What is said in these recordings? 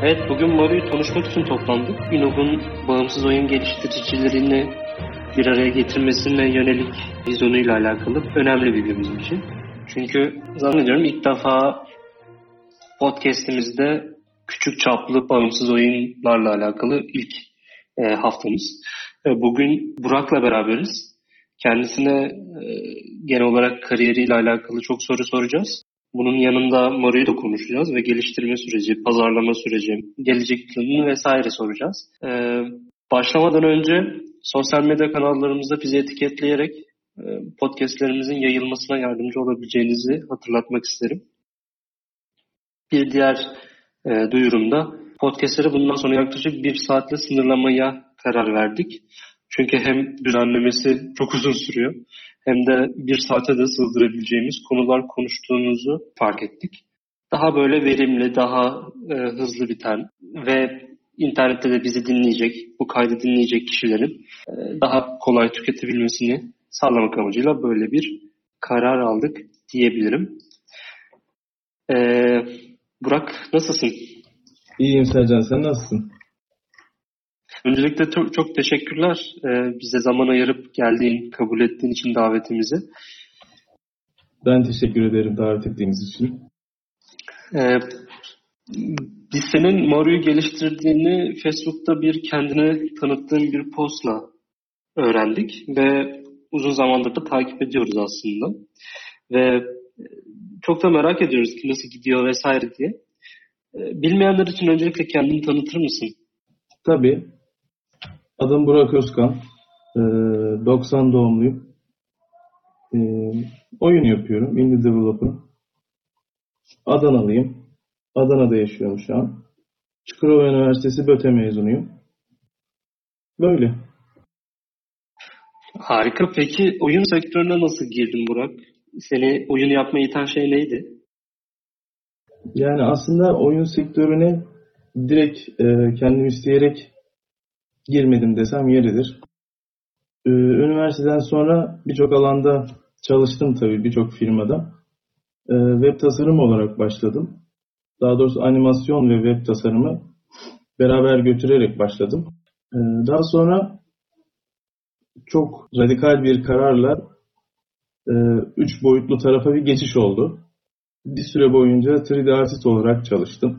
Evet, bugün Maru'yu konuşmak için toplandık. Inog'un bağımsız oyun geliştiricilerini bir araya getirmesine yönelik vizyonuyla alakalı önemli bir gün bizim için. Çünkü zannediyorum ilk defa podcast'imizde küçük çaplı bağımsız oyunlarla alakalı ilk haftamız. Bugün Burak'la beraberiz. Kendisine genel olarak kariyeriyle alakalı çok soru soracağız. Bunun yanında Maru'yu da konuşacağız ve geliştirme süreci, pazarlama süreci, gelecek planını vesaire soracağız. Başlamadan önce sosyal medya kanallarımızda bizi etiketleyerek podcastlerimizin yayılmasına yardımcı olabileceğinizi hatırlatmak isterim. Bir diğer duyurumda podcastleri bundan sonra yaklaşık 1 saatle sınırlamaya karar verdik. Çünkü hem düzenlemesi çok uzun sürüyor hem de 1 saate de sığdırabileceğimiz konular konuştuğumuzu fark ettik. Daha böyle verimli, daha hızlı biten ve internette de bizi dinleyecek, bu kaydı dinleyecek kişilerin daha kolay tüketebilmesini sağlamak amacıyla böyle bir karar aldık diyebilirim. Burak, nasılsın? İyiyim Sercan, sen nasılsın? Öncelikle çok teşekkürler bize zaman ayırıp geldiğin, kabul ettiğin için davetimizi. Ben teşekkür ederim davet ettiğiniz için. Biz senin Maru'yu geliştirdiğini Facebook'ta kendine tanıttığın bir postla öğrendik ve uzun zamandır da takip ediyoruz aslında. Ve çok da merak ediyoruz ki nasıl gidiyor vesaire diye. Bilmeyenler için öncelikle kendini tanıtır mısın? Tabii. Adım Burak Özkan. 90 doğumluyum. Oyun yapıyorum. Indie developer. Adanalıyım. Adana'da yaşıyorum şu an. Çukurova Üniversitesi BÖTE mezunuyum. Böyle. Harika. Peki oyun sektörüne nasıl girdin Burak? Seni oyun yapmaya iten şey neydi? Yani aslında oyun sektörüne direkt kendim isteyerek girmedim desem yeridir. Üniversiteden sonra birçok alanda çalıştım tabii, birçok firmada. Web tasarım olarak başladım. Daha doğrusu animasyon ve web tasarımı beraber götürerek başladım. Daha sonra çok radikal bir kararla 3 boyutlu tarafa bir geçiş oldu. Bir süre boyunca 3D artist olarak çalıştım.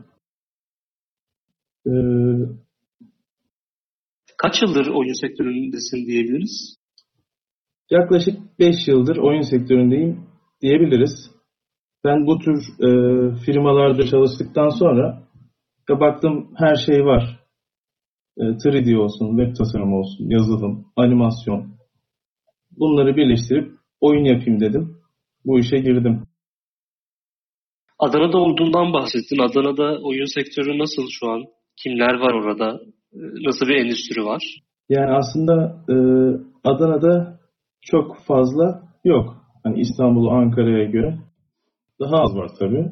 Kaç yıldır oyun sektöründesin diyebiliriz? Yaklaşık 5 yıldır oyun sektöründeyim diyebiliriz. Ben bu tür firmalarda çalıştıktan sonra baktım her şey var. 3D olsun, web tasarımı olsun, yazılım, animasyon. Bunları birleştirip oyun yapayım dedim. Bu işe girdim. Adana'da olduğundan bahsettin. Adana'da oyun sektörü nasıl şu an? Kimler var orada? Nasıl bir endüstri var? Yani aslında Adana'da çok fazla yok. Hani İstanbul, Ankara'ya göre daha az var tabii.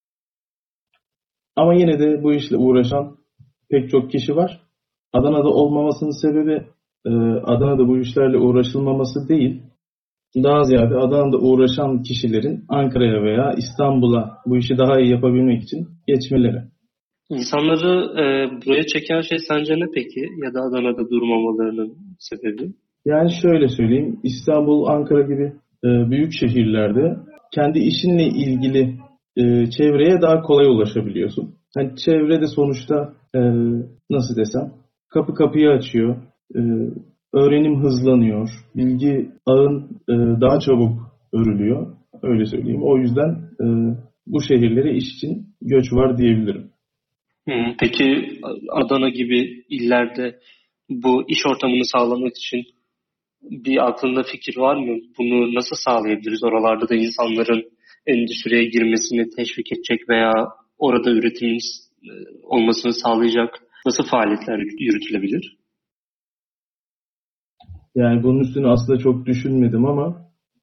Ama yine de bu işle uğraşan pek çok kişi var. Adana'da olmamasının sebebi Adana'da bu işlerle uğraşılmaması değil. Daha ziyade Adana'da uğraşan kişilerin Ankara'ya veya İstanbul'a bu işi daha iyi yapabilmek için geçmeleri. İnsanları buraya çeken şey sence ne peki? Ya da Adana'da durmamalarının sebebi? Yani şöyle söyleyeyim, İstanbul, Ankara gibi büyük şehirlerde kendi işinle ilgili çevreye daha kolay ulaşabiliyorsun. Yani çevrede sonuçta nasıl desem, kapı kapıyı açıyor, öğrenim hızlanıyor, bilgi ağın daha çabuk örülüyor, öyle söyleyeyim. O yüzden bu şehirlere iş için göç var diyebilirim. Peki Adana gibi illerde bu iş ortamını sağlamak için bir aklında fikir var mı? Bunu nasıl sağlayabiliriz? Oralarda da insanların endüstriye girmesini teşvik edecek veya orada üretimin olmasını sağlayacak nasıl faaliyetler yürütülebilir? Yani bunun üstüne aslında çok düşünmedim ama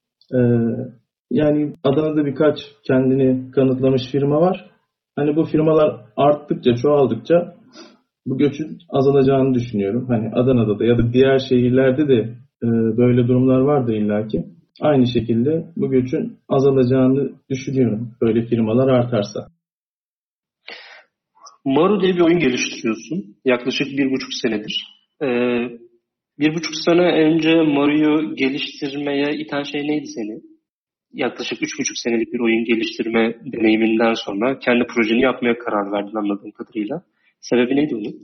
yani Adana'da birkaç kendini kanıtlamış firma var. Hani bu firmalar arttıkça, çoğaldıkça bu göçün azalacağını düşünüyorum. Hani Adana'da da ya da diğer şehirlerde de böyle durumlar var da illaki. Aynı şekilde bu göçün azalacağını düşünüyorum. Böyle firmalar artarsa. Maru diye bir oyun geliştiriyorsun. Yaklaşık 1,5 senedir. 1,5 sene önce Maru'yu geliştirmeye iten şey neydi seni? Yaklaşık 3,5 senelik bir oyun geliştirme deneyiminden sonra kendi projeni yapmaya karar verdin anladığım kadarıyla. Sebebi neydi bunun?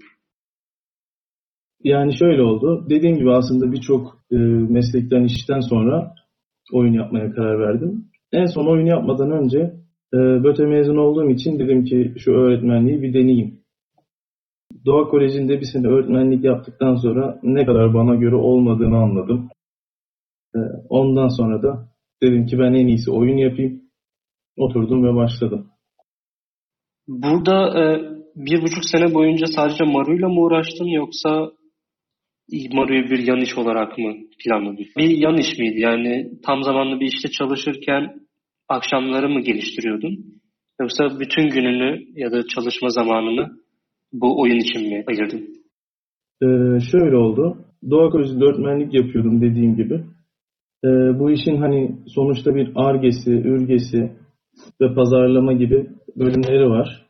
Yani şöyle oldu. Dediğim gibi aslında birçok meslekten, işten sonra oyun yapmaya karar verdim. En son oyun yapmadan önce BÖTE mezun olduğum için dedim ki şu öğretmenliği bir deneyeyim. Doğa Koleji'nde bir sene öğretmenlik yaptıktan sonra ne kadar bana göre olmadığını anladım. Ondan sonra da dedim ki ben en iyisi oyun yapayım. Oturdum ve başladım. Burada 1,5 sene boyunca sadece Maru'yla mı uğraştın yoksa Maru'yu bir yan iş olarak mı planladın? Bir yan iş miydi? Yani tam zamanlı bir işte çalışırken akşamları mı geliştiriyordun? Yoksa bütün gününü ya da çalışma zamanını bu oyun için mi ayırdın? Şöyle oldu. Doğa Koleji'nde öğretmenlik yapıyordum dediğim gibi. Bu işin hani sonuçta bir Ar-Ge'si, Ür-Ge'si ve pazarlama gibi bölümleri var.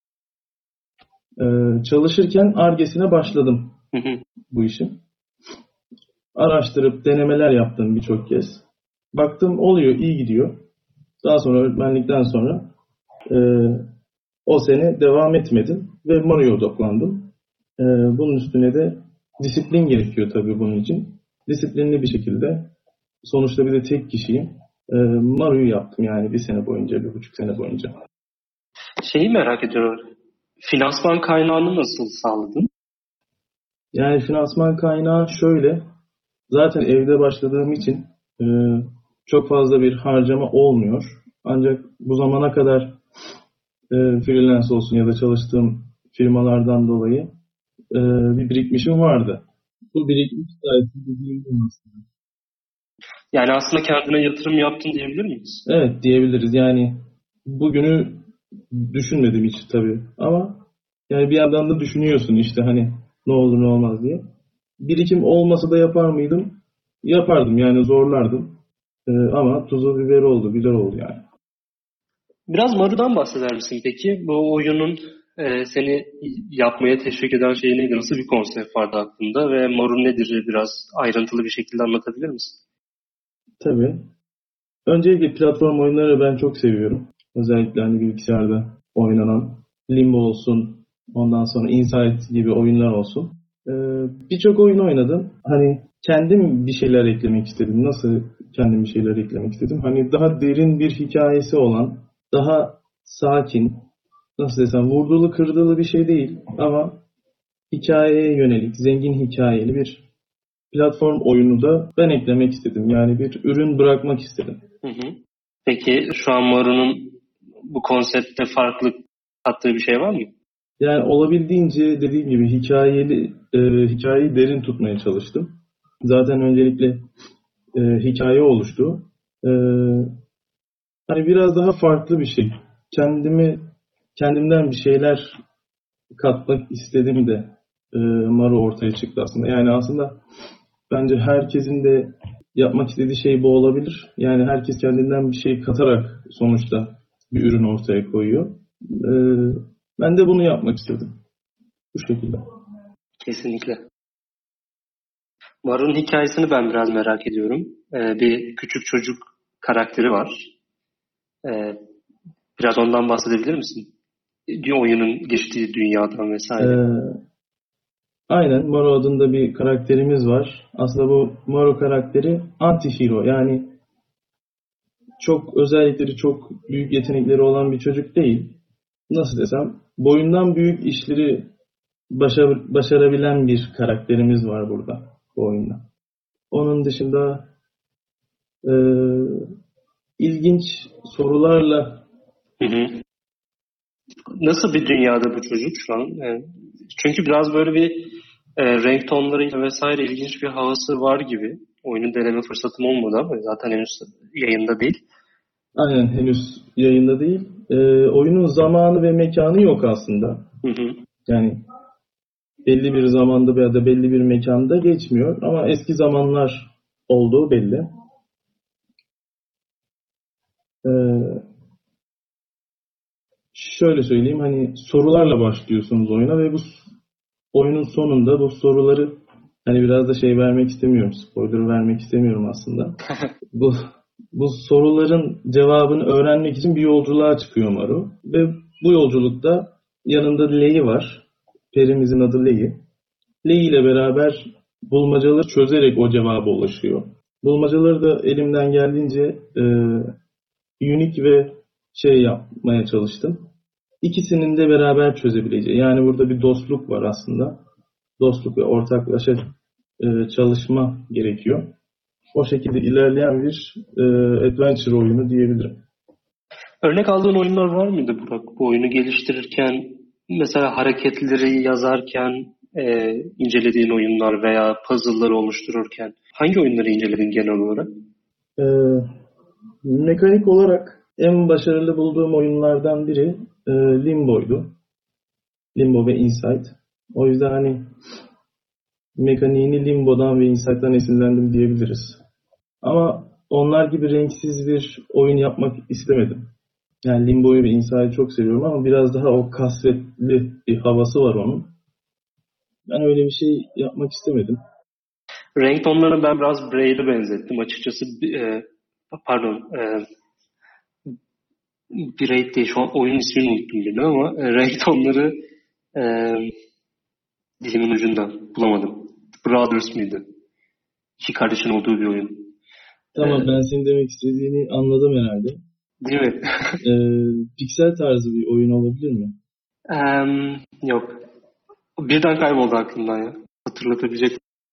Çalışırken Ar-Ge'sine başladım Hı hı. bu işin. Araştırıp denemeler yaptım birçok kez. Baktım oluyor, iyi gidiyor. Daha sonra öğretmenlikten sonra e, o sene devam etmedim ve Maru'ya odaklandım. Bunun üstüne de disiplin gerekiyor tabii bunun için. Disiplinli bir şekilde, sonuçta bir de tek kişiyim. Maru'yu yaptım yani bir sene boyunca, 1,5 sene boyunca. Şeyi merak ediyorum. Finansman kaynağını nasıl sağladın? Yani finansman kaynağı şöyle, zaten evde başladığım için e, çok fazla bir harcama olmuyor. Ancak bu zamana kadar freelance olsun ya da çalıştığım firmalardan dolayı bir birikmişim vardı. Bu birikmiş sayesinde diyebilirim aslında. Yani aslında kendine yatırım yaptın diyebilir miyiz? Evet diyebiliriz. Yani bugünü düşünmedim hiç tabii. Ama yani bir yandan da düşünüyorsun işte hani ne olur ne olmaz diye. Birikim olmasa da yapar mıydım? Yapardım yani zorlardım. Ama tuzu biberi oldu, güzel oldu yani. Biraz Maru'dan bahseder misin peki? Bu oyunun seni yapmaya teşvik eden şey neydi? Nasıl bir konsept vardı aklında ve Maru nedir? Biraz ayrıntılı bir şekilde anlatabilir misin? Tabii. Öncelikle platform oyunları ben çok seviyorum. Özellikle hani bilgisayarda oynanan Limbo olsun, ondan sonra Inside gibi oyunlar olsun. Ee, Birçok oyun oynadım. Hani kendim bir şeyler eklemek istedim. Nasıl kendim bir şeyler eklemek istedim? Hani daha derin bir hikayesi olan, daha sakin, nasıl desem vurdulu kırdılı bir şey değil ama hikayeye yönelik, zengin hikayeli bir platform oyunu da ben eklemek istedim. Yani bir ürün bırakmak istedim. Hı hı. Peki şu an Maru'nun bu konsepte farklı kattığı bir şey var mı? Yani olabildiğince dediğim gibi hikayeyi derin tutmaya çalıştım. Zaten öncelikle hikaye oluştu. E, Hani biraz daha farklı bir şey. Kendimden bir şeyler katmak istedim de Maru ortaya çıktı aslında. Yani aslında bence herkesin de yapmak istediği şey bu olabilir. Yani herkes kendinden bir şey katarak sonuçta bir ürün ortaya koyuyor. E, Ben de bunu yapmak istedim. Bu şekilde. Kesinlikle. Maru'nun hikayesini ben biraz merak ediyorum. Bir küçük çocuk karakteri var. E, Biraz ondan bahsedebilir misin? Oyunun geçtiği dünyadan vesaire. Ee, aynen Moro adında bir karakterimiz var. Aslında bu Moro karakteri anti-hero. Yani çok özellikleri, çok büyük yetenekleri olan bir çocuk değil. Nasıl desem, boyundan büyük işleri başarabilen bir karakterimiz var burada, bu oyunda. Onun dışında e, ilginç sorularla. Hı hı. Nasıl bir dünyada bu çocuk şu an? Çünkü biraz böyle bir renk tonlarıyla vesaire ilginç bir havası var gibi. Oyunu deneme fırsatım olmadı ama zaten henüz yayında değil. Aynen henüz yayında değil. Oyunun zamanı ve mekanı yok aslında. Hı hı. Yani belli bir zamanda ya da belli bir mekanda geçmiyor ama eski zamanlar olduğu belli. Ee, şöyle söyleyeyim, hani sorularla başlıyorsunuz oyuna ve bu oyunun sonunda bu soruları, hani biraz da şey vermek istemiyorum, spoiler vermek istemiyorum aslında. Bu bu soruların cevabını öğrenmek için bir yolculuğa çıkıyor Maru ve bu yolculukta yanında Lei var. Perimizin adı Lei. Lei ile beraber bulmacaları çözerek o cevaba ulaşıyor. Bulmacaları da elimden geldiğince unik ve şey yapmaya çalıştım. İkisinin de beraber çözebileceği. Yani burada bir dostluk var aslında. Dostluk ve ortaklaşa çalışma gerekiyor. O şekilde ilerleyen bir adventure oyunu diyebilirim. Örnek aldığın oyunlar var mıydı Burak? Bu oyunu geliştirirken mesela hareketleri yazarken incelediğin oyunlar veya puzzle'ları oluştururken hangi oyunları inceledin genel olarak? E, Mekanik olarak en başarılı bulduğum oyunlardan biri Limbo'ydu. Limbo ve Inside. O yüzden hani mekaniğini Limbo'dan ve Inside'dan esinlendim diyebiliriz. Ama onlar gibi renksiz bir oyun yapmak istemedim. Yani Limbo'yu ve Inside'ı çok seviyorum ama biraz daha o kasvetli bir havası var onun. Ben öyle bir şey yapmak istemedim. Renk tonlarını ben biraz Braid'e benzettim açıkçası. Pardon, Braid değil, şu an oyun ismini unuttum yine ama renk tonları e, dilimin ucunda bulamadım. Brothers mıydı? İki kardeşin olduğu bir oyun. Tamam, ben senin demek istediğini anladım herhalde. Değil mi? Piksel tarzı bir oyun olabilir mi? Yok. Birden kayboldu aklımdan ya. Hatırlatabilecek.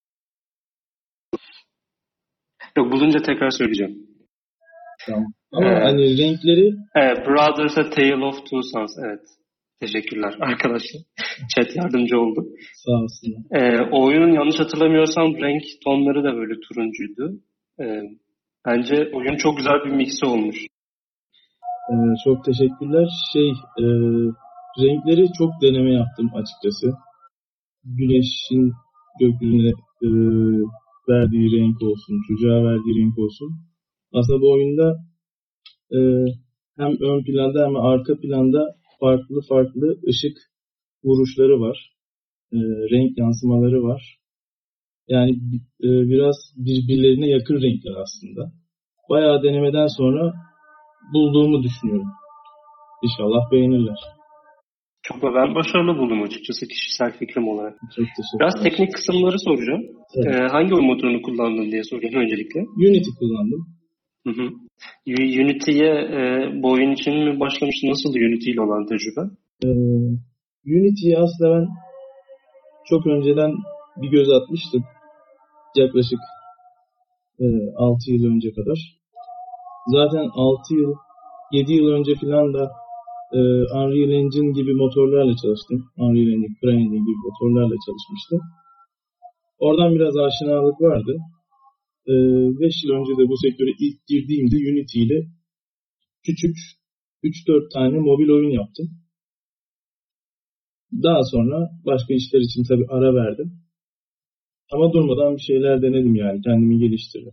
Yok, bulunca tekrar söyleyeceğim. Tamam. Ama hani renkleri... Brothers A Tale of Two Sons. Evet. Teşekkürler arkadaşlar. Chat yardımcı oldu. Sağ olsun. O oyunun yanlış hatırlamıyorsam renk tonları da böyle turuncuydu. Bence oyun çok güzel bir miksi olmuş. Çok teşekkürler. Renkleri çok deneme yaptım açıkçası. Güneşin gökyüzüne verdiği renk olsun, çocuğa verdiği renk olsun. Aslında bu oyunda hem ön planda hem arka planda farklı farklı ışık vuruşları var. Renk yansımaları var. Yani biraz birbirlerine yakın renkler aslında. Bayağı denemeden sonra bulduğumu düşünüyorum. İnşallah beğenirler. Çok da ben başarılı buldum açıkçası kişisel fikrim olarak. Çok teşekkür Biraz ederim. teknik kısımları soracağım. Evet. Hangi oyun motorunu kullandın diye sorayım öncelikle. Unity kullandım. Hı hı. Unity'ye bu oyun için mi başlamıştın? Nasıl Unity ile olan tecrübe? Unity'yi aslında ben çok önceden bir göz atmıştım. Yaklaşık 6 yıl önce kadar. Zaten 6 yıl, 7 yıl önce falan da Unreal Engine gibi motorlarla çalıştım. Unreal Engine, CryEngine gibi motorlarla çalışmıştım. Oradan biraz aşinalık vardı. 5 yıl önce de bu sektöre ilk girdiğimde Unity ile küçük 3-4 tane mobil oyun yaptım. Daha sonra başka işler için tabii ara verdim. Ama durmadan bir şeyler denedim yani. Kendimi geliştirdim.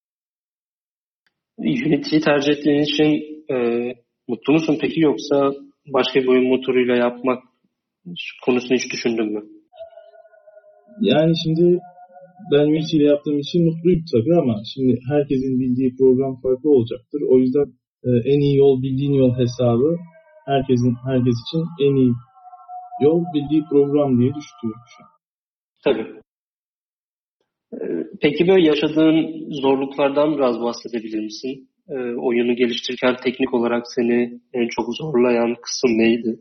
Unity'yi tercih ettiğin için mutlu musun peki, yoksa başka bir oyun motoruyla yapmak konusunu hiç düşündün mü? Yani şimdi ben Unity ile yaptığım için mutluyum tabii ama şimdi herkesin bildiği program farklı olacaktır. O yüzden en iyi yol bildiğin yol hesabı herkes için en iyi yol bildiği program diye düşünüyorum şu an. Tabii. Peki böyle yaşadığın zorluklardan biraz bahsedebilir misin? Oyunu geliştirirken teknik olarak seni en çok zorlayan kısım neydi?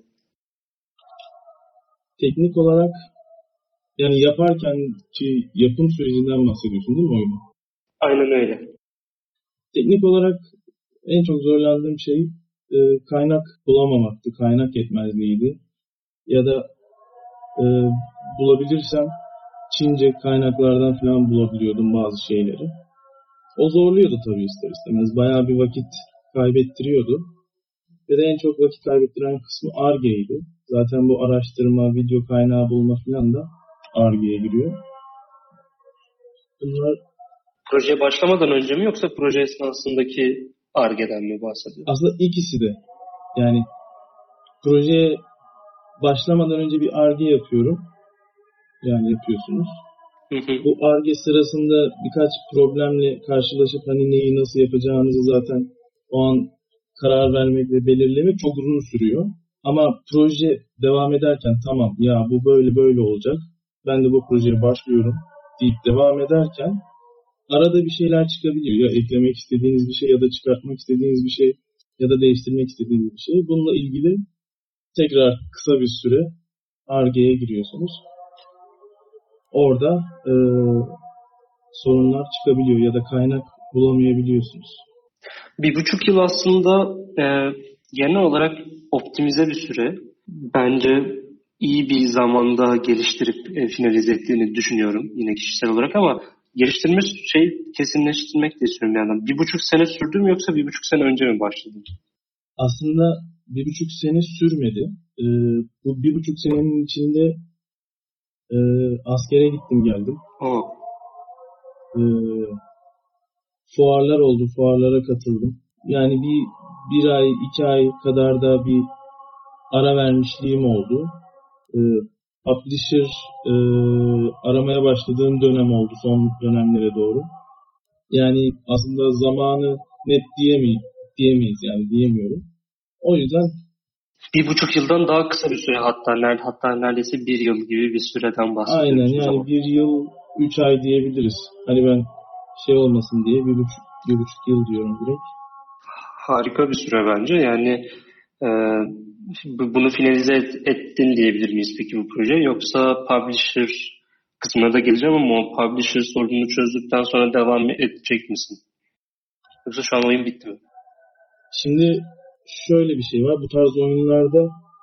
Teknik olarak yani yaparken ki yapım sürecinden bahsediyorsun değil mi oyunu? Aynen öyle. Teknik olarak en çok zorlandığım şey kaynak bulamamaktı, kaynak yetmezliğiydi. Ya da bulabilirsem Çince kaynaklardan falan bulabiliyordum bazı şeyleri. O zorluyordu tabii ister istemez. Bayağı bir vakit kaybettiriyordu. Ve de en çok vakit kaybettiren kısmı Ar-Ge'ydi. Zaten bu araştırma, video kaynağı bulma falan da Ar-Ge'ye giriyor. Bunlar Projeye başlamadan önce mi, yoksa proje esnasındaki Ar-Ge'den mi bahsediyorsun? aslında ikisi de. Yani projeye başlamadan önce bir Ar-Ge yapıyorum. Yani yapıyorsunuz. Bu Ar-Ge sırasında birkaç problemle karşılaşıp hani neyi nasıl yapacağınızı zaten o an karar vermek ve belirlemek çok uzun sürüyor. Ama proje devam ederken tamam ya bu böyle böyle olacak. Ben de bu projeye başlıyorum deyip devam ederken arada bir şeyler çıkabiliyor. Ya eklemek istediğiniz bir şey ya da çıkartmak istediğiniz bir şey ya da değiştirmek istediğiniz bir şey. Bununla ilgili tekrar kısa bir süre Ar-Ge'ye giriyorsunuz. Orada sorunlar çıkabiliyor ya da kaynak bulamayabiliyorsunuz. 1,5 yıl aslında genel olarak optimize bir süre. Bence iyi bir zamanda geliştirip finalize ettiğini düşünüyorum yine kişisel olarak ama geliştirme kesinleştirmek de istiyorum bir yandan. 1,5 sene sürdü mü yoksa 1,5 sene önce mi başladın? Aslında 1,5 sene sürmedi. Bu 1,5 senenin içinde askere gittim geldim. Fuarlar oldu, fuarlara katıldım. Yani bir ay, 2 ay kadar da bir ara vermişliğim oldu. Publisher aramaya başladığım dönem oldu son dönemlere doğru. Yani aslında zamanı net diyemeyiz yani diyemiyorum. O yüzden 1,5 yıldan daha kısa bir süre hatta neredeyse 1 yıl gibi bir süreden bahsediyoruz. Aynen yani 1 yıl 3 ay diyebiliriz. Hani ben şey olmasın diye 1,5 yıl diyorum direkt. Harika bir süre bence. Yani bunu finalize ettin diyebilir miyiz peki bu proje? Yoksa publisher kısmına da geleceğim ama o publisher sorununu çözdükten sonra devam edecek misin? Yoksa şu an oyun bitti mi? Şimdi şöyle bir şey var. Bu tarz oyunlarda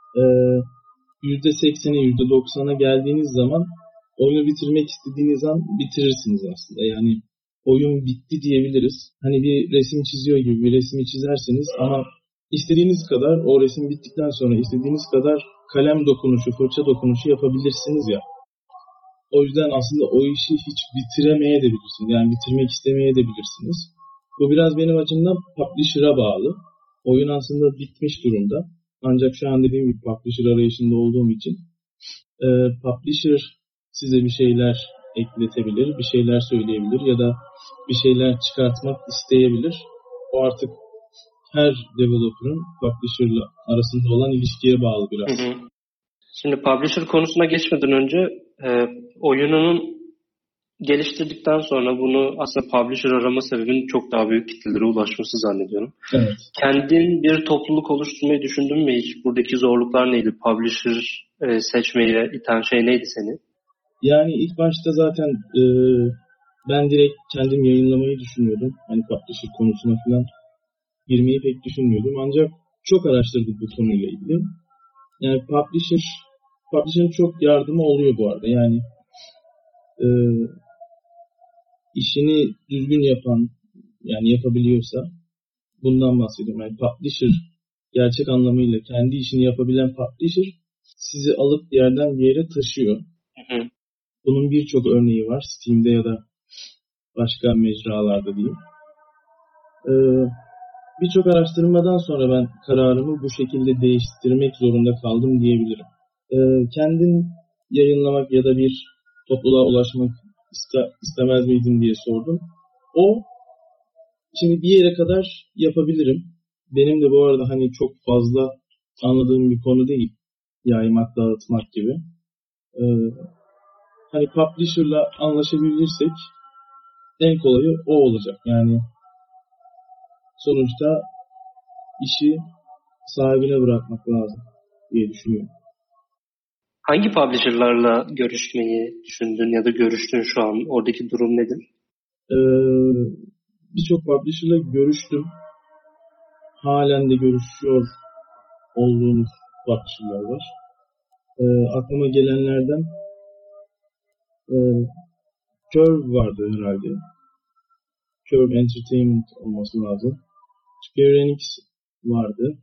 %80'e %90'a geldiğiniz zaman oyunu bitirmek istediğiniz an bitirirsiniz aslında. Yani oyun bitti diyebiliriz. Hani bir resim çiziyor gibi bir resmi çizerseniz ama istediğiniz kadar o resim bittikten sonra istediğiniz kadar kalem dokunuşu, fırça dokunuşu yapabilirsiniz ya. O yüzden aslında o işi hiç bitiremeyebilirsiniz. Yani bitirmek istemeyebilirsiniz. Bu biraz benim açımdan publisher'a bağlı. Oyun aslında bitmiş durumda. Ancak şu an dediğim gibi publisher arayışında olduğum için publisher size bir şeyler ekletebilir, bir şeyler söyleyebilir ya da bir şeyler çıkartmak isteyebilir. O artık her developer'ın publisher'la arasında olan ilişkiye bağlı biraz. Şimdi publisher konusuna geçmeden önce oyununun geliştirdikten sonra bunu aslında publisher arama sebebinin çok daha büyük kitlelere ulaşması zannediyorum. Evet. Kendin bir topluluk oluşturmayı düşündün mü hiç? Buradaki zorluklar neydi? Publisher seçmeye iten şey neydi seni? Yani ilk başta zaten ben direkt kendim yayınlamayı düşünüyordum. Hani publisher konusuna falan girmeyi pek düşünmüyordum. Ancak çok araştırdık bu konuyla ilgili. Yani publisher'ın çok yardımı oluyor bu arada. Yani işini düzgün yapan, yani yapabiliyorsa bundan bahsediyorum. Yani publisher gerçek anlamıyla kendi işini yapabilen publisher sizi alıp bir yerden bir yere taşıyor. Bunun birçok örneği var. Steam'de ya da başka mecralarda diyeyim. Birçok araştırmadan sonra ben kararımı bu şekilde değiştirmek zorunda kaldım diyebilirim. Kendin yayınlamak ya da bir topluluğa ulaşmak istemez miydin diye sordum. Şimdi bir yere kadar yapabilirim. Benim de bu arada hani çok fazla anladığım bir konu değil. Yaymak, dağıtmak gibi. Hani publisher'la anlaşabilirsek en kolayı o olacak. Yani sonuçta işi sahibine bırakmak lazım diye düşünüyorum. Hangi publisher'larla görüşmeyi düşündün ya da görüştün şu an? Oradaki durum nedir? Birçok publisher'la görüştüm. Halen de görüşüyor olduğumuz publisher'lar var. Aklıma gelenlerden Curve vardı herhalde. Curve Entertainment olması lazım. Square Enix vardı.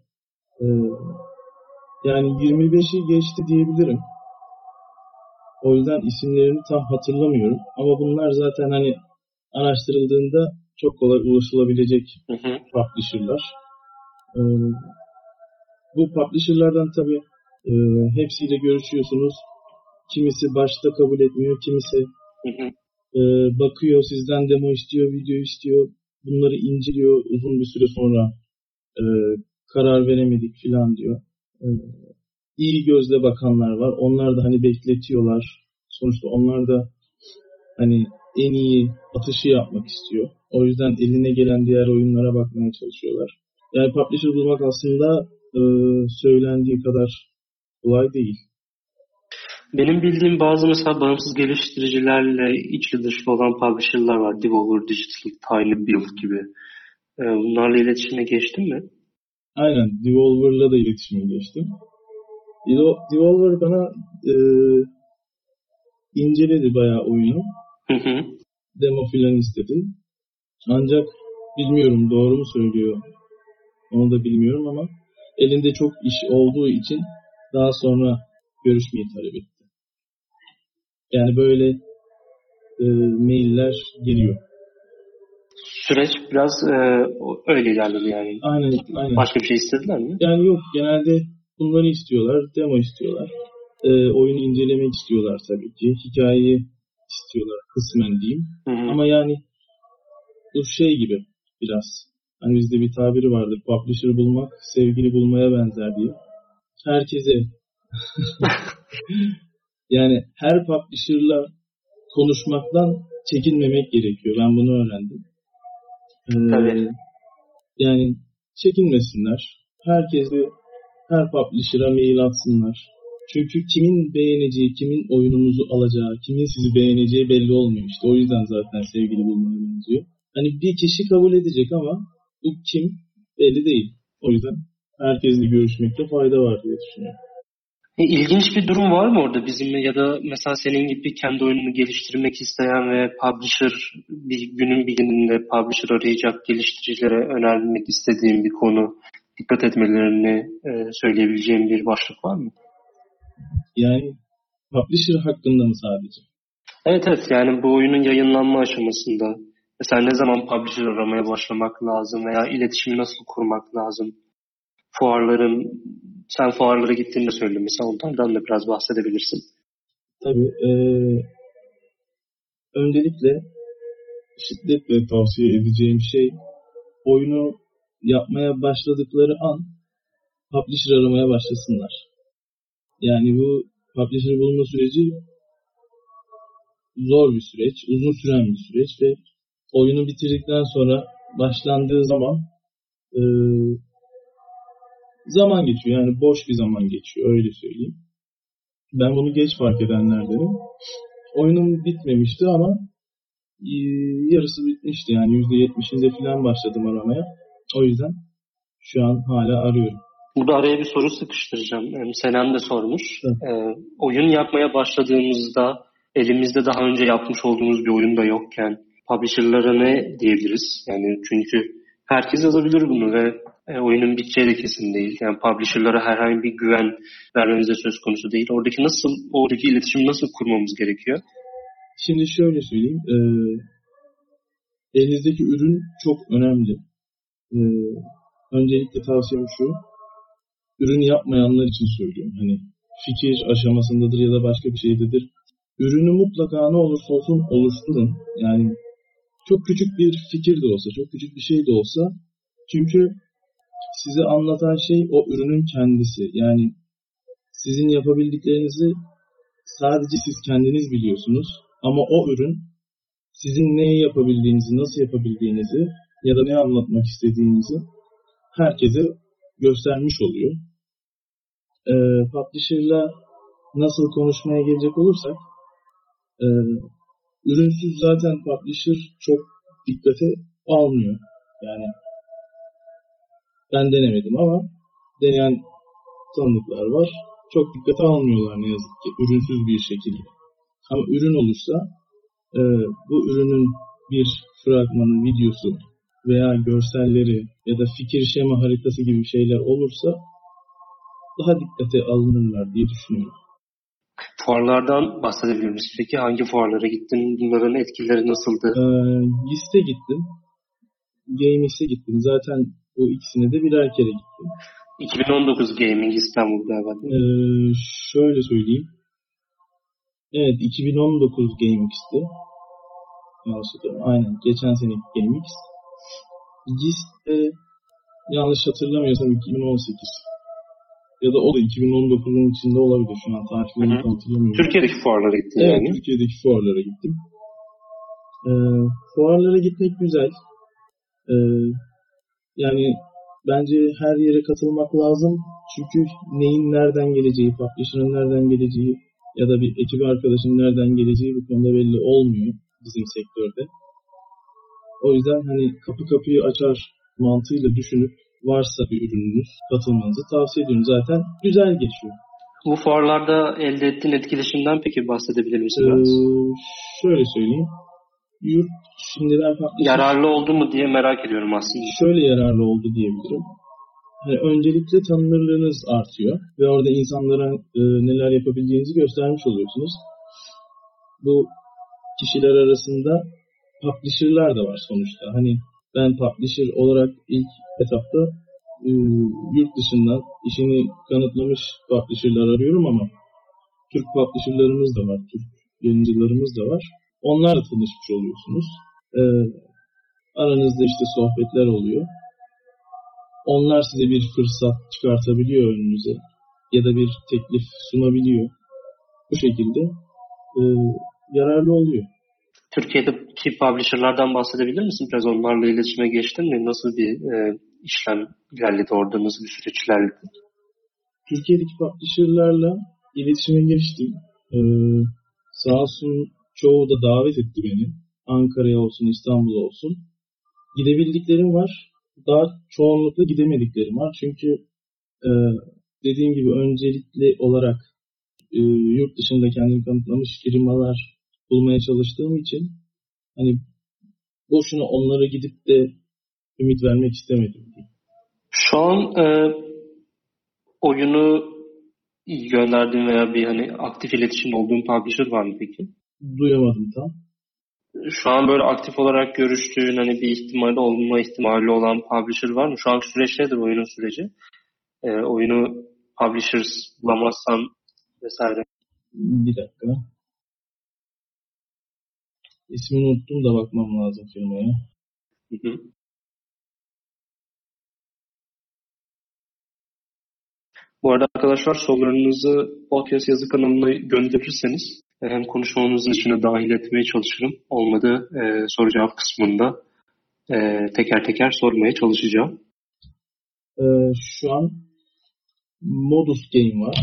Yani 25'i geçti diyebilirim. O yüzden isimlerini tam hatırlamıyorum. Ama bunlar zaten hani araştırıldığında çok kolay ulaşılabilecek publisher'lar. Bu publisher'lardan tabii hepsiyle görüşüyorsunuz. Kimisi başta kabul etmiyor, kimisi bakıyor, sizden demo istiyor, video istiyor. Bunları inceliyor, uzun bir süre sonra karar veremedik falan diyor. İyi gözle bakanlar var. Onlar da hani bekletiyorlar. Sonuçta onlar da hani en iyi atışı yapmak istiyor. O yüzden eline gelen diğer oyunlara bakmaya çalışıyorlar. Yani publisher bulmak aslında söylendiği kadar kolay değil. Benim bildiğim bazı mesela bağımsız geliştiricilerle içli dışlı olan publisher'lar var. Devolver Digital, Tiny Build gibi. Bunlarla iletişime geçtin mi? Aynen. Devolver'la da iletişime geçtim. Devolver bana inceledi bayağı oyunu. Demo filan istedi. Ancak bilmiyorum doğru mu söylüyor. Onu da bilmiyorum ama elinde çok iş olduğu için daha sonra görüşmeyi talep etti. Yani böyle mailler geliyor. Süreç biraz öyle ilerledi yani. Aynen. Başka bir şey istediler mi? Yani yok. Genelde bunları istiyorlar. Demo istiyorlar. Oyunu incelemek istiyorlar tabii ki. Hikayeyi istiyorlar kısmen diyeyim. Ama yani bu şey gibi biraz. Hani bizde bir tabiri vardır. Publisher bulmak sevgili bulmaya benzer diye. Herkese yani her publisher'la konuşmaktan çekinmemek gerekiyor. Ben bunu öğrendim. Tabii. Yani çekinmesinler. Her publisher'a mail atsınlar. Çünkü kimin beğeneceği, kimin oyununuzu alacağı, kimin sizi beğeneceği belli olmuyor işte. O yüzden zaten sevgili bulmaya benziyor. Hani bir kişi kabul edecek ama bu kim belli değil. O yüzden herkesle görüşmekte fayda var diye düşünüyorum. İlginç bir durum var mı orada bizimle ya da mesela senin gibi kendi oyununu geliştirmek isteyen ve publisher günün bir gününde publisher arayacak geliştiricilere önermek istediğin bir konu, dikkat etmelerini söyleyebileceğim bir başlık var mı? Yani publisher hakkında mı sadece? Evet yani bu oyunun yayınlanma aşamasında mesela ne zaman publisher aramaya başlamak lazım veya iletişimi nasıl kurmak lazım? Sen fuarlara gittiğinde söyledin mesela onlardan da biraz bahsedebilirsin. Tabii. Öncelikle şiddetle tavsiye edeceğim şey oyunu yapmaya başladıkları an publisher aramaya başlasınlar. Yani bu publisher bulma süreci zor bir süreç, uzun süren bir süreç ve oyunu bitirdikten sonra başlandığı zaman zaman geçiyor. Yani boş bir zaman geçiyor öyle söyleyeyim. Ben bunu geç fark edenlerdenim. Oyunum bitmemişti ama yarısı bitmişti. Yani %70'inde falan başladım aramaya. O yüzden şu an hala arıyorum. Burada araya bir soru sıkıştıracağım. Senem de sormuş. Oyun yapmaya başladığımızda elimizde daha önce yapmış olduğumuz bir oyun da yokken publisher'lara ne diyebiliriz? Yani çünkü herkes yazabilir bunu ve oyunun biteceği de kesin değil. Yani publisher'lara herhangi bir güven vermemize söz konusu değil. Oradaki iletişimi nasıl kurmamız gerekiyor? Şimdi şöyle söyleyeyim. Elinizdeki ürün çok önemli. Öncelikle tavsiyem şu. Ürün yapmayanlar için söylüyorum. Hani fikir aşamasındadır ya da başka bir şeydedir. Ürünü mutlaka ne olursa olsun oluşturun. Yani çok küçük bir fikir de olsa, çok küçük bir şey de olsa. Çünkü size anlatan şey o ürünün kendisi. Yani sizin yapabildiklerinizi sadece siz kendiniz biliyorsunuz. Ama o ürün sizin neyi yapabildiğinizi, nasıl yapabildiğinizi ya da ne anlatmak istediğinizi herkese göstermiş oluyor. Publisher'la nasıl konuşmaya gelecek olursak ürünsüz zaten publisher çok dikkate almıyor. Yani ben denemedim ama deneyen tanıdıklar var. Çok dikkate almıyorlar ne yazık ki ürünsüz bir şekilde. Ama ürün olursa bu ürünün bir fragmanı, videosu veya görselleri ya da fikir şema haritası gibi şeyler olursa daha dikkate alınırlar diye düşünüyorum. Fuarlardan bahsedebilir misin? Peki hangi fuarlara gittin? Bunların etkileri nasıldı? GIST'e gittim. GameX'e gittim. Zaten bu ikisine de birer kere gittim. 2019 Gaming İstanbul galiba. Şöyle söyleyeyim. Evet, 2019 GameX'ti. Yanlış hatırlamıyorum. Aynen. Geçen seneki GameX. GIS'te yanlış hatırlamıyorsam 2018. Ya da o da 2019'un içinde olabilir. Şu an tarihlerini tam hatırlamıyorum. Türkiye'deki fuarlara gittin evet, yani. Türkiye'deki fuarlara gittim. Fuarlara gitmek güzel. Yani bence her yere katılmak lazım. Çünkü neyin nereden geleceği, publisher'ın nereden geleceği ya da bir ekip arkadaşın nereden geleceği bu konuda belli olmuyor bizim sektörde. O yüzden hani kapı kapıyı açar mantığıyla düşünüp varsa bir ürününüz katılmanızı tavsiye ediyorum. Zaten güzel geçiyor. Bu fuarlarda elde ettiğin etkileşimden peki bahsedebilir misin biraz? Şöyle söyleyeyim. Yurt şimdiden publisher... Yararlı oldu mu diye merak ediyorum aslında. Şöyle yararlı oldu diyebilirim. Yani öncelikle tanınırlığınız artıyor ve orada insanlara neler yapabileceğinizi göstermiş oluyorsunuz. Bu kişiler arasında publisher'lar da var sonuçta. Hani ben publisher olarak ilk etapta yurt dışından işini kanıtlamış publisher'lar arıyorum ama Türk publisher'larımız da var, Türk yayıncılarımız da var. Onlarla tanışmış oluyorsunuz. Aranızda işte sohbetler oluyor. Onlar size bir fırsat çıkartabiliyor önünüze ya da bir teklif sunabiliyor. Bu şekilde yararlı oluyor. Türkiye'deki publisher'lardan bahsedebilir misin? Biraz onlarla iletişime geçtin mi? Nasıl bir işlem ilerledi orada? Nasıl bir süreç ilerledi? Türkiye'deki publisher'larla iletişime geçtim. Sağ olsun çoğu da davet etti beni. Ankara'ya olsun, İstanbul'a olsun. Gidebildiklerim var. Daha çoğunlukla gidemediklerim var. Çünkü dediğim gibi öncelikli olarak yurt dışında kendini kanıtlamış firmalar bulmaya çalıştığım için hani boşuna onlara gidip de ümit vermek istemedim. Şu an oyunu gönderdiğin veya bir hani aktif iletişim olduğun publisher var mı peki? Duyamadım tam. Şu an böyle aktif olarak görüştüğün hani bir ihtimali olma ihtimali olan publisher var mı? Şu anki süreç nedir oyunun süreci? Oyunu publishers bulamazsan vesaire. Bir dakika. İsmini unuttum da bakmam lazım firmaya. Hı hı. Bu arada arkadaşlar sorularınızı podcast yazı kanalına gönderirseniz hem konuşmamızın içine dahil etmeye çalışırım. Olmadı soru cevap kısmında teker teker sormaya çalışacağım. Şu an Modus Game var.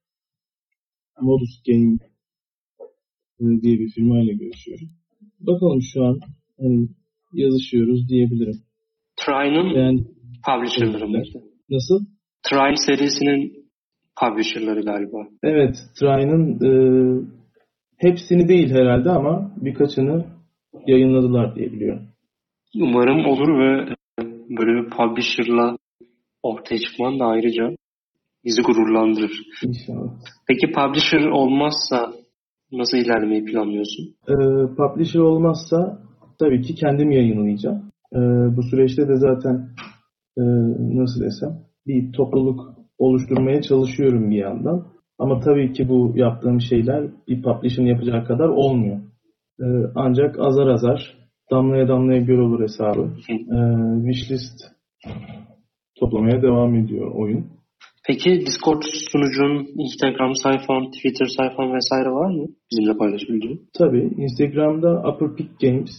Modus Game diye bir firmayla görüşüyorum. Bakalım şu an hani yazışıyoruz diyebilirim. Trine'ın yani, publisher'ları mıydı? Nasıl? Trine serisinin publisher'ları galiba. Evet, Trine'ın hepsini değil herhalde ama birkaçını yayınladılar diye biliyorum. Umarım olur ve böyle bir publisher'la ortaya çıkman da ayrıca bizi gururlandırır. İnşallah. Peki publisher olmazsa nasıl ilerlemeyi planlıyorsun? Publisher olmazsa tabii ki kendim yayınlayacağım. Bu süreçte de zaten nasıl desem bir topluluk oluşturmaya çalışıyorum bir yandan. Ama tabii ki bu yaptığım şeyler bir publisher'ın yapacağı kadar olmuyor. Ancak azar azar damlaya damlaya göl olur hesabı. Wishlist toplamaya devam ediyor oyun. Peki Discord sunucun, Instagram sayfan, Twitter sayfan vesaire var mı bizimle paylaşabildiğin? Tabii. Instagram'da Upperpeak Games,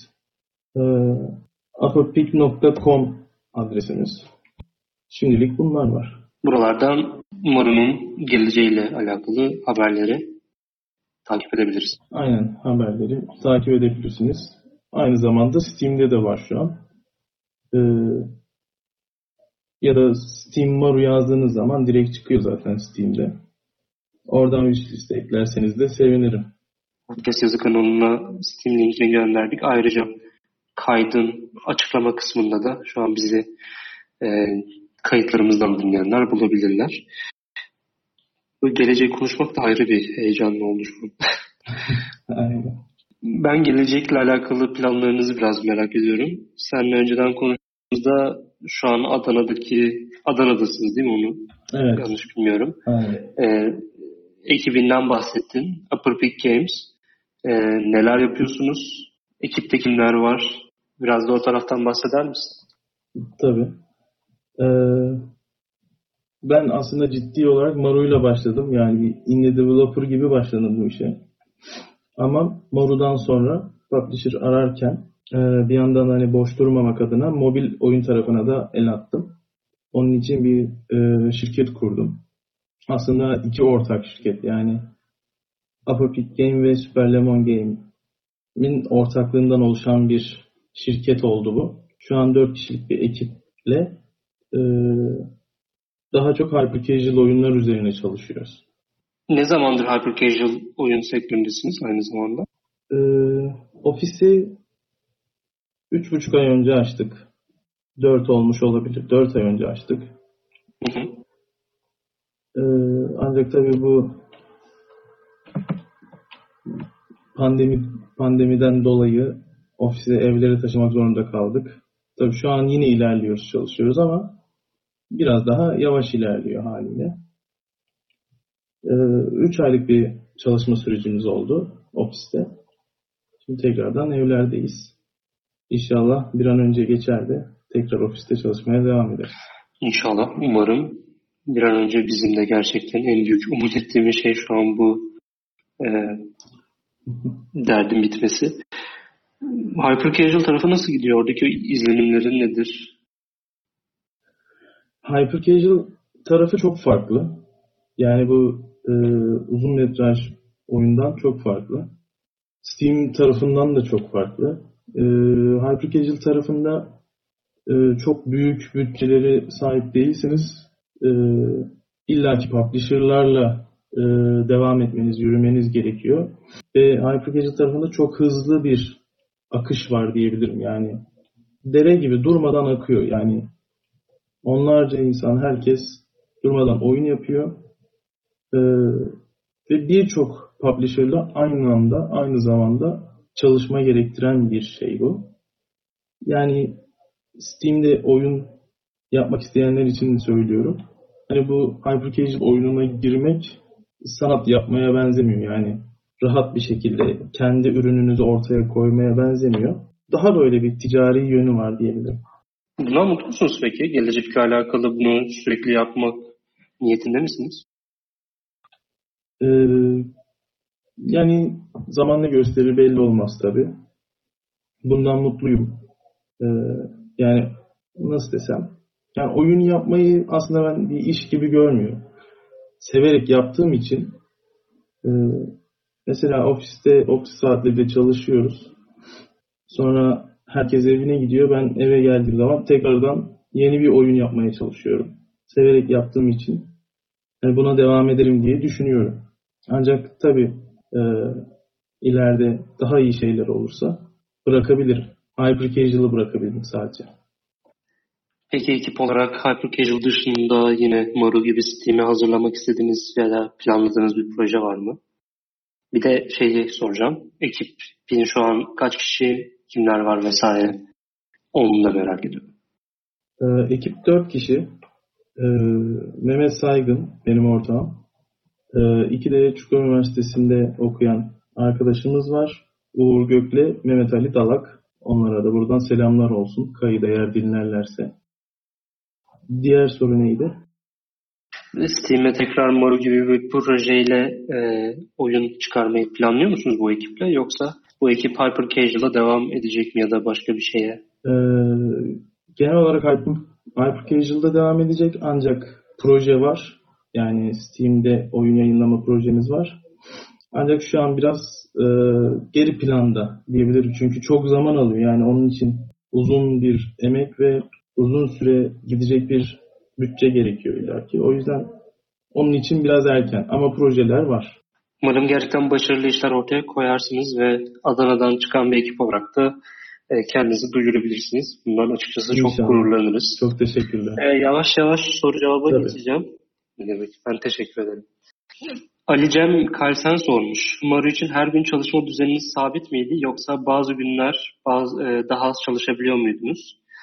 upperpeak.com adresimiz. Şimdilik bunlar var. Buralardan Maru'nun geleceğiyle alakalı haberleri takip edebiliriz. Aynen, haberleri takip edebilirsiniz. Aynı zamanda Steam'de de var şu an. Ya da Steam Maru yazdığınız zaman direkt çıkıyor zaten Steam'de. Oradan wishlist'e eklerseniz de sevinirim. Podcast yazı kanalına Steam linkini gönderdik. Ayrıca kaydın açıklama kısmında da şu an bizi kayıtlarımızdan dinleyenler bulabilirler. Bu geleceği konuşmak da ayrı bir heyecanlı olmuş bu. Aynen. Ben gelecekle alakalı planlarınızı biraz merak ediyorum. Seninle önceden konuştuğumuzda şu an Adana'dasınız değil mi onu? Evet. Yanlış bilmiyorum. Aynen. Ekibinden bahsettin. Upper Peak Games. Neler yapıyorsunuz? Ekipte kimler var? Biraz da o taraftan bahseder misin? Tabii. Ee, Ben aslında ciddi olarak Maru'yla başladım. Yani bir indie developer gibi başladım bu işe. Ama Maru'dan sonra publisher ararken bir yandan hani boş durmamak adına mobil oyun tarafına da el attım. Onun için bir şirket kurdum. Aslında iki ortak şirket, yani Upper Peak Game ve Super Lemon Game'in ortaklığından oluşan bir şirket oldu bu. Şu an 4 kişilik bir ekiple e, daha çok hyper casual oyunlar üzerine çalışıyoruz. Ne zamandır Hyper Casual oyun sektöründesiniz aynı zamanda? E, Ofisi 3,5 ay önce açtık. 4 olmuş olabilir. 4 ay önce açtık. Hı hı. Ancak tabii bu pandemiden dolayı ofisi evlere taşımak zorunda kaldık. Tabii şu an yine ilerliyoruz, çalışıyoruz ama biraz daha yavaş ilerliyor haliyle. 3 aylık bir çalışma sürecimiz oldu ofiste. Şimdi tekrardan evlerdeyiz. İnşallah bir an önce geçer de tekrar ofiste çalışmaya devam ederiz. İnşallah, umarım bir an önce bizim de gerçekten en büyük umut ettiğimiz şey şu an bu e, derdin bitmesi. Hyper Casual tarafı nasıl gidiyor? Oradaki izlenimlerin nedir? Hyper casual tarafı çok farklı. Yani bu uzun metraj oyundan çok farklı. Steam tarafından da çok farklı. Hyper casual tarafında çok büyük bütçeleri sahip değilsiniz. İllaki publisher'larla devam etmeniz, yürümeniz gerekiyor. Ve Hyper casual tarafında çok hızlı bir akış var diyebilirim. Yani dere gibi durmadan akıyor. Yani onlarca insan, herkes durmadan oyun yapıyor. Ve birçok publisher'la aynı anda, aynı zamanda çalışma gerektiren bir şey bu. Yani Steam'de oyun yapmak isteyenler için söylüyorum. Hani bu hyper casual oyununa girmek sanat yapmaya benzemiyor. Yani rahat bir şekilde kendi ürününüzü ortaya koymaya benzemiyor. Daha böyle bir ticari yönü var diyebilirim. Bundan mutlu musunuz peki? Gelecekle alakalı bunu sürekli yapmak niyetinde misiniz? Ee, Yani zamanla gösterir, belli olmaz tabii. Bundan mutluyum. Ee, Yani nasıl desem, yani oyun yapmayı aslında ben bir iş gibi görmüyorum. Severek yaptığım için e, mesela ofis saatlerinde çalışıyoruz. Sonra herkes evine gidiyor. Ben eve geldiğim zaman tekrardan yeni bir oyun yapmaya çalışıyorum. Severek yaptığım için yani buna devam ederim diye düşünüyorum. Ancak tabii e, ileride daha iyi şeyler olursa bırakabilirim. Hyper casual'ı bırakabilirim sadece. Peki ekip olarak Hyper Casual dışında yine Maru gibi Steam'e hazırlamak istediğiniz ya da planladığınız bir proje var mı? Bir de şeyi soracağım. Ekibin şu an kaç kişi, kimler var vesaire. Onu da merak ediyorum. Ekip 4 kişi. Ee, Mehmet Saygın benim ortağım. İki de Çukurova Üniversitesi'nde okuyan arkadaşımız var. Uğur Gök'le Mehmet Ali Dalak. Onlara da buradan selamlar olsun. Kayıda eğer dinlerlerse. Diğer soru neydi? Steam'e tekrar Maru gibi bir projeyle oyun çıkarmayı planlıyor musunuz bu ekiple? Yoksa bu ekip Hyper Casual'a devam edecek mi ya da başka bir şeye? Ee, Genel olarak Hyper Casual'da devam edecek, ancak proje var. Yani Steam'de oyun yayınlama projemiz var. Ancak şu an biraz geri planda diyebilirim. Çünkü çok zaman alıyor. Yani onun için uzun bir emek ve uzun süre gidecek bir bütçe gerekiyor illaki. O yüzden onun için biraz erken. Ama projeler var. Umarım gerçekten başarılı işler ortaya koyarsınız ve Adana'dan çıkan bir ekip olarak da kendinizi duyurabilirsiniz. Bundan açıkçası çok İnşallah. gururlanırız. Çok teşekkürler. Yavaş yavaş soru cevaba Tabii. geçeceğim. Ne demek? Ben teşekkür ederim. Ali Cem Kalsen sormuş. Maru için her gün çalışma düzeniniz sabit miydi yoksa bazı günler daha az çalışabiliyor muydunuz?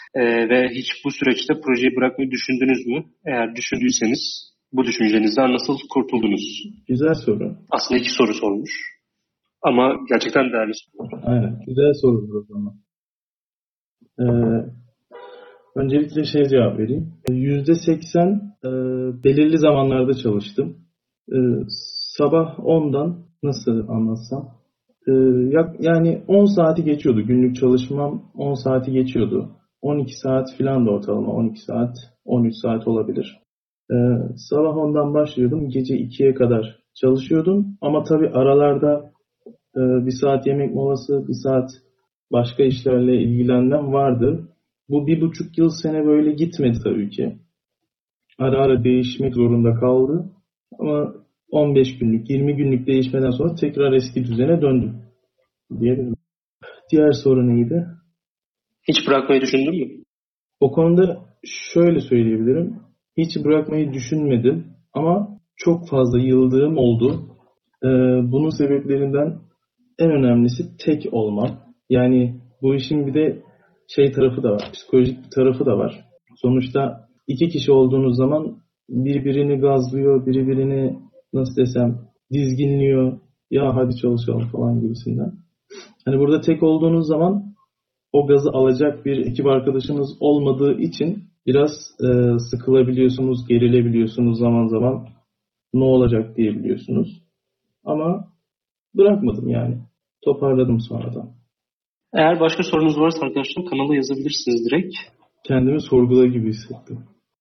Ve hiç bu süreçte projeyi bırakmayı düşündünüz mü? Eğer düşündüyseniz bu düşüncenizden nasıl kurtuldunuz? Güzel soru. Aslında 2 soru sormuş ama gerçekten değerli soru. Aynen. Güzel soru o zaman. Ee, Öncelikle cevap vereyim. %80 belirli zamanlarda çalıştım. Ee, Sabah 10'dan nasıl anlatsam? Yani 10 saati geçiyordu. Günlük çalışmam 10 saati geçiyordu. 12 saat falan da ortalama. 12 saat, 13 saat olabilir. Ee, Sabah 10'dan başlıyordum. Gece 2'ye kadar çalışıyordum. Ama tabii aralarda bir saat yemek molası, bir saat başka işlerle ilgilenen vardı. Bu 1,5 yıl sene böyle gitmedi tabii ki. Ara ara değişmek zorunda kaldı. Ama 15 günlük, 20 günlük değişmeden sonra tekrar eski düzene döndüm diyebilirim. Diğer soru neydi? Hiç bırakmayı düşündün mü? O konuda şöyle söyleyebilirim. Hiç bırakmayı düşünmedim ama çok fazla yıldığım oldu. Bunun sebeplerinden en önemlisi tek olmam. Yani bu işin bir de tarafı da var, psikolojik bir tarafı da var. Sonuçta iki kişi olduğunuz zaman birbirini gazlıyor, birbirini nasıl desem dizginliyor. Ya hadi çalışalım falan gibisinden. Hani burada tek olduğunuz zaman o gazı alacak bir ekip arkadaşınız olmadığı için biraz sıkılabiliyorsunuz, gerilebiliyorsunuz zaman zaman. Ne olacak diyebiliyorsunuz. Ama bırakmadım yani. Toparladım sonradan. Eğer başka sorunuz varsa arkadaşlar kanala yazabilirsiniz direkt. Kendimi sorgula gibi hissettim.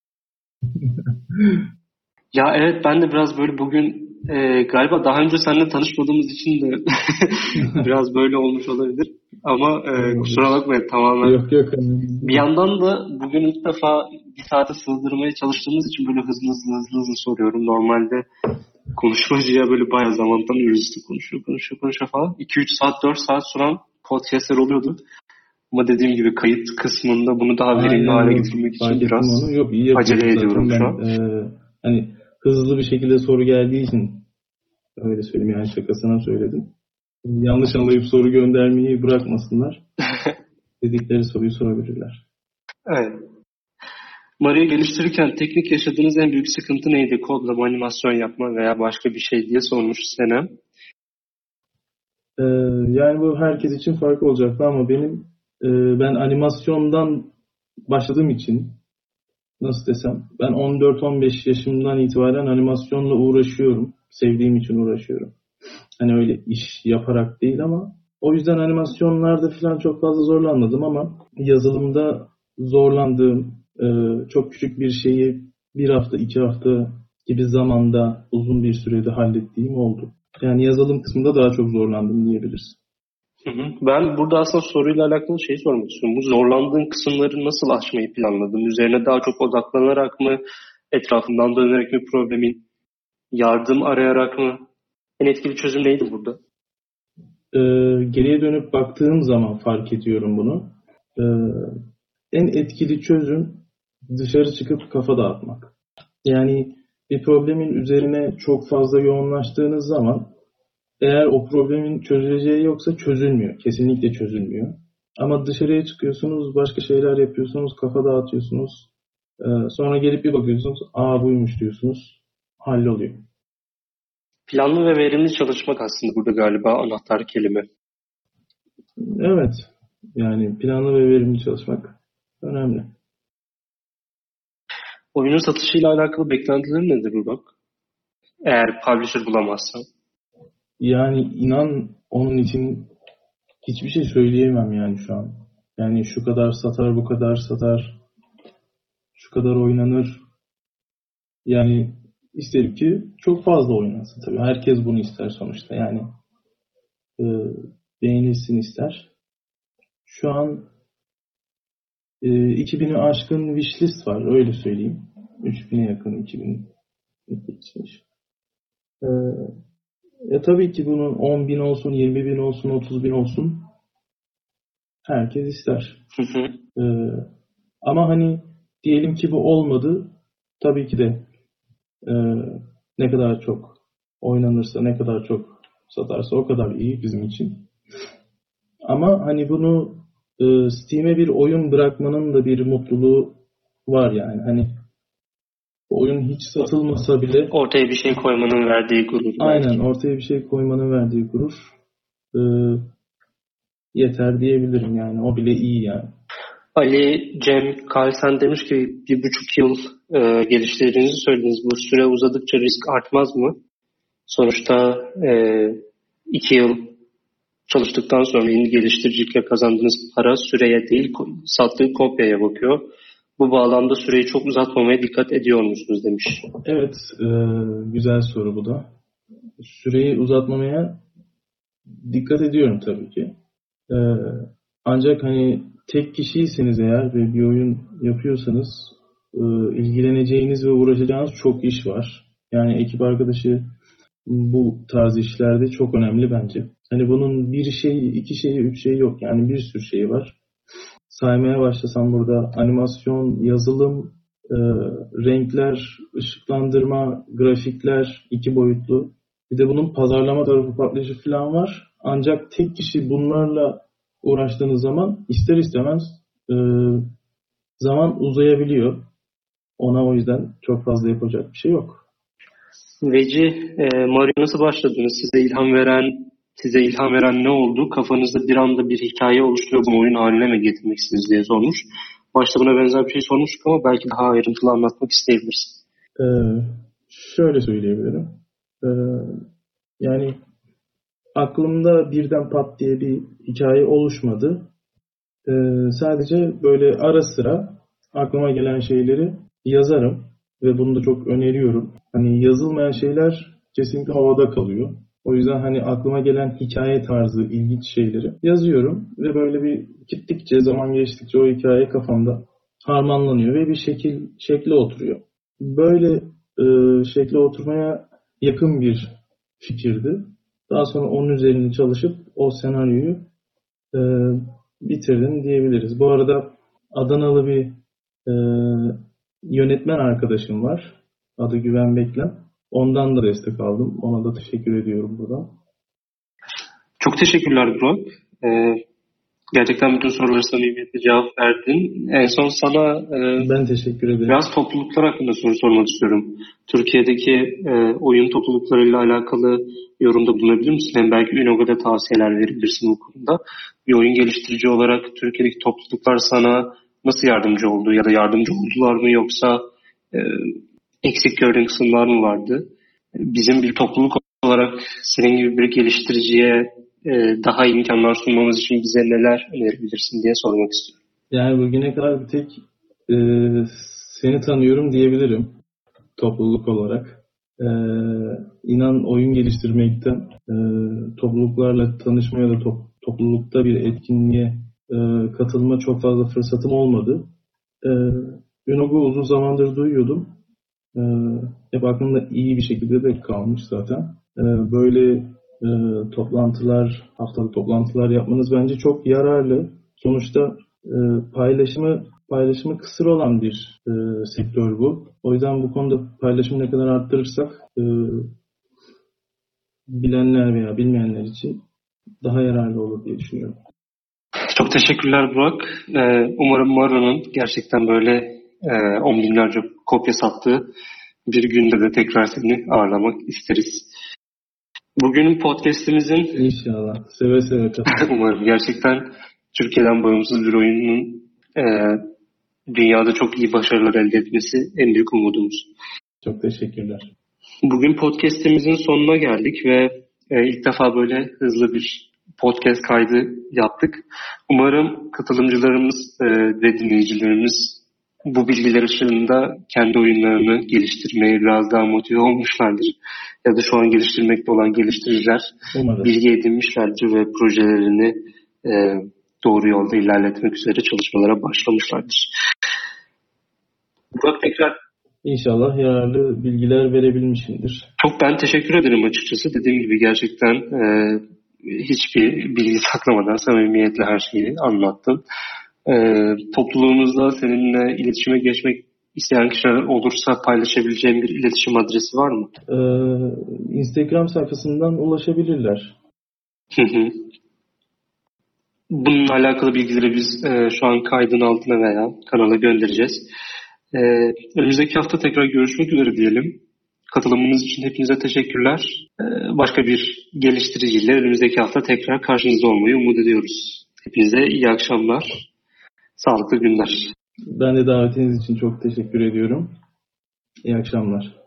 Ya evet, ben de biraz böyle bugün galiba daha önce seninle tanışmadığımız için de biraz böyle olmuş olabilir. Ama kusura bakmayın tamamen. Yok yok. Bir yandan da bugün ilk defa bir saate sığdırmaya çalıştığımız için böyle hızlı soruyorum. Normalde konuşmacıya böyle bayağı zamandan ürüstü konuşuyor falan. 2-3 saat 4 saat süren podcastler oluyordu. Ama dediğim gibi kayıt kısmında bunu daha verimli hale Aynen, getirmek için fark ettim biraz onu. Yok, iyi yapıyorsun acele ediyorum zaten. şu Ben an. hani hızlı bir şekilde soru geldiği için öyle söyleyeyim, yani şakasına söyledim. Yanlış anlayıp soru göndermeyi bırakmasınlar. Dedikleri soruyu sorabilirler. Evet. Maria'yı geliştirirken teknik yaşadığınız en büyük sıkıntı neydi? Kodlama, animasyon yapma veya başka bir şey diye sormuş Senem. Ee, Yani bu herkes için farklı olacaktı ama ben animasyondan başladığım için, nasıl desem, ben 14-15 yaşımdan itibaren animasyonla uğraşıyorum. Sevdiğim için uğraşıyorum. Hani öyle iş yaparak değil ama o yüzden animasyonlarda falan çok fazla zorlanmadım ama yazılımda zorlandığım, çok küçük bir şeyi bir hafta, 2 hafta gibi zamanda uzun bir sürede hallettiğim oldu. Yani yazılım kısmında daha çok zorlandım diyebiliriz. Hı hı. Ben burada aslında soruyla alakalı şey sormak istiyorum. Bu zorlandığın kısımları nasıl aşmayı planladın? Üzerine daha çok odaklanarak mı, etrafından dönerek mi problemin, yardım arayarak mı? En etkili çözüm neydi burada? Geriye dönüp baktığım zaman fark ediyorum bunu. Ee, En etkili çözüm dışarı çıkıp kafa dağıtmak. Yani bir problemin üzerine çok fazla yoğunlaştığınız zaman eğer o problemin çözüleceği yoksa çözülmüyor. Kesinlikle çözülmüyor. Ama dışarıya çıkıyorsunuz, başka şeyler yapıyorsunuz, kafa dağıtıyorsunuz. Sonra gelip bir bakıyorsunuz, aa buymuş diyorsunuz, halloluyor. Planlı ve verimli çalışmak aslında burada galiba anahtar kelime. Evet, yani planlı ve verimli çalışmak önemli. Oyunun satışıyla alakalı beklentilerin nedir Burak? Eğer publisher bulamazsan. Yani inan onun için hiçbir şey söyleyemem yani şu an. Yani şu kadar satar, bu kadar satar, şu kadar oynanır. Yani isterim ki çok fazla oynansın tabii. Herkes bunu ister sonuçta. Yani e, beğenilsin ister. Şu an 2000'i aşkın wishlist var, öyle söyleyeyim. 3000'e yakın, 2000 geçmiş. E, tabii ki bunun 10 bin olsun, 20 bin olsun, 30 bin olsun herkes ister. E, Ama hani diyelim ki bu olmadı. Tabii ki de e, ne kadar çok oynanırsa, ne kadar çok satarsa o kadar iyi bizim için. Ama hani bunu Steam'e bir oyun bırakmanın da bir mutluluğu var yani. Hani o oyun hiç satılmasa bile Ortaya bir şey koymanın verdiği gurur aynen belki. ortaya bir şey koymanın verdiği gurur e, yeter diyebilirim yani. O bile iyi yani. Ali Cem Kalsen demiş ki 1,5 yıl geliştirdiğinizi söylediniz. Bu süre uzadıkça risk artmaz mı? Sonuçta 2 yıl çalıştıktan sonra yeni geliştiricilikle kazandığınız para süreye değil sattığı kopyaya bakıyor. Bu bağlamda süreyi çok uzatmamaya dikkat ediyor musunuz demiş. Evet, güzel soru bu da. Süreyi uzatmamaya dikkat ediyorum tabii ki. E, Ancak hani tek kişiyseniz eğer ve bir oyun yapıyorsanız ilgileneceğiniz ve uğraşacağınız çok iş var. Yani ekip arkadaşı bu tarz işlerde çok önemli bence. Hani bunun bir şeyi, iki şeyi, üç şeyi yok. Yani bir sürü şeyi var. Saymaya başlasam burada animasyon, yazılım, renkler, ışıklandırma, grafikler, iki boyutlu. Bir de bunun pazarlama tarafı patlayıcı falan var. Ancak tek kişi bunlarla uğraştığınız zaman ister istemez e, zaman uzayabiliyor. Ona o yüzden çok fazla yapacak bir şey yok. Veci, Mario nasıl başladınız? Size ilham veren ne oldu? Kafanızda bir anda bir hikaye oluşturuyor, bu oyun haline mi getirmeksiniz diye sormuş. Başta buna benzer bir şey sormuştuk ama belki daha ayrıntılı anlatmak isteyebilirsin. E, Şöyle söyleyebilirim. E, Yani aklımda birden pat diye bir hikaye oluşmadı. Sadece böyle ara sıra aklıma gelen şeyleri yazarım ve bunu da çok öneriyorum. Hani yazılmayan şeyler kesinlikle havada kalıyor. O yüzden hani aklıma gelen hikaye tarzı ilginç şeyleri yazıyorum ve böyle bir gittikçe zaman geçtikçe o hikaye kafamda harmanlanıyor ve bir şekle oturuyor. Böyle şekle oturmaya yakın bir fikirdi. Daha sonra onun üzerine çalışıp o senaryoyu e, bitirdim diyebiliriz. Bu arada Adanalı bir e, yönetmen arkadaşım var. Adı Güven Beklen. Ondan da destek aldım. Ona da teşekkür ediyorum buradan. Çok teşekkürler Burak. E, Gerçekten bütün sorulara samimiyetle cevap verdin. En son sana Ben teşekkür ederim. biraz topluluklar hakkında soru sormak istiyorum. Türkiye'deki oyun topluluklarıyla alakalı yorumda bulunabilir misin? Hem belki Ünoga'da tavsiyeler verebilirsin bu konuda. Bir oyun geliştirici olarak Türkiye'deki topluluklar sana nasıl yardımcı oldu ya da yardımcı oldular mı, yoksa e, eksik gördüğün kısımlar mı vardı? Bizim bir topluluk olarak senin gibi bir geliştiriciye daha iyi imkanlar sunmamız için bize neler önerebilirsin diye sormak istiyorum. Yani bugüne kadar bir tek e, seni tanıyorum diyebilirim topluluk olarak. E, inan oyun geliştirmekten topluluklarla tanışmaya da toplulukta bir etkinliğe katılma çok fazla fırsatım olmadı. E, Ünog'u uzun zamandır duyuyordum. Ee, Hep aklımda iyi bir şekilde de kalmış zaten. Böyle haftalık toplantılar yapmanız bence çok yararlı. Sonuçta e, paylaşımı kısır olan bir sektör bu. O yüzden bu konuda paylaşımı ne kadar arttırırsak bilenler veya bilmeyenler için daha yararlı olur diye düşünüyorum. Çok teşekkürler Burak. Umarım Mario'nun gerçekten böyle on binlerce kopya sattığı bir günde de tekrar seni ağırlamak isteriz. Bugünün podcast'imizin İnşallah. Seve seve katılırım. umarım gerçekten Türkiye'den bağımsız bir oyunun e, dünyada çok iyi başarılar elde etmesi en büyük umudumuz. Çok teşekkürler. Bugün podcast'imizin sonuna geldik ve ilk defa böyle hızlı bir podcast kaydı yaptık. Umarım katılımcılarımız ve dinleyicilerimiz bu bilgiler ışığında kendi oyunlarını geliştirmeye biraz daha motive olmuşlardır. Ya da şu an geliştirmekte olan geliştiriciler Umarım. bilgi edinmişlerdir ve projelerini e, doğru yolda ilerletmek üzere çalışmalara başlamışlardır. Burak, tekrar İnşallah yararlı bilgiler verebilmişimdir. çok ben teşekkür ederim açıkçası. Dediğim gibi gerçekten hiçbir bilgi saklamadan samimiyetle her şeyi anlattın. Topluluğumuzda seninle iletişime geçmek isteyen kişiler olursa paylaşabileceğim bir iletişim adresi var mı? Instagram sayfasından ulaşabilirler. Hı hı. Bununla alakalı bilgileri biz şu an kaydın altına veya kanala göndereceğiz. E, Önümüzdeki hafta tekrar görüşmek üzere diyelim. Katılımınız için hepinize teşekkürler. Başka bir geliştiriciyle önümüzdeki hafta tekrar karşınızda olmayı umut ediyoruz. Hepinize iyi akşamlar, sağlıklı günler. Ben de davetiniz için çok teşekkür ediyorum. İyi akşamlar.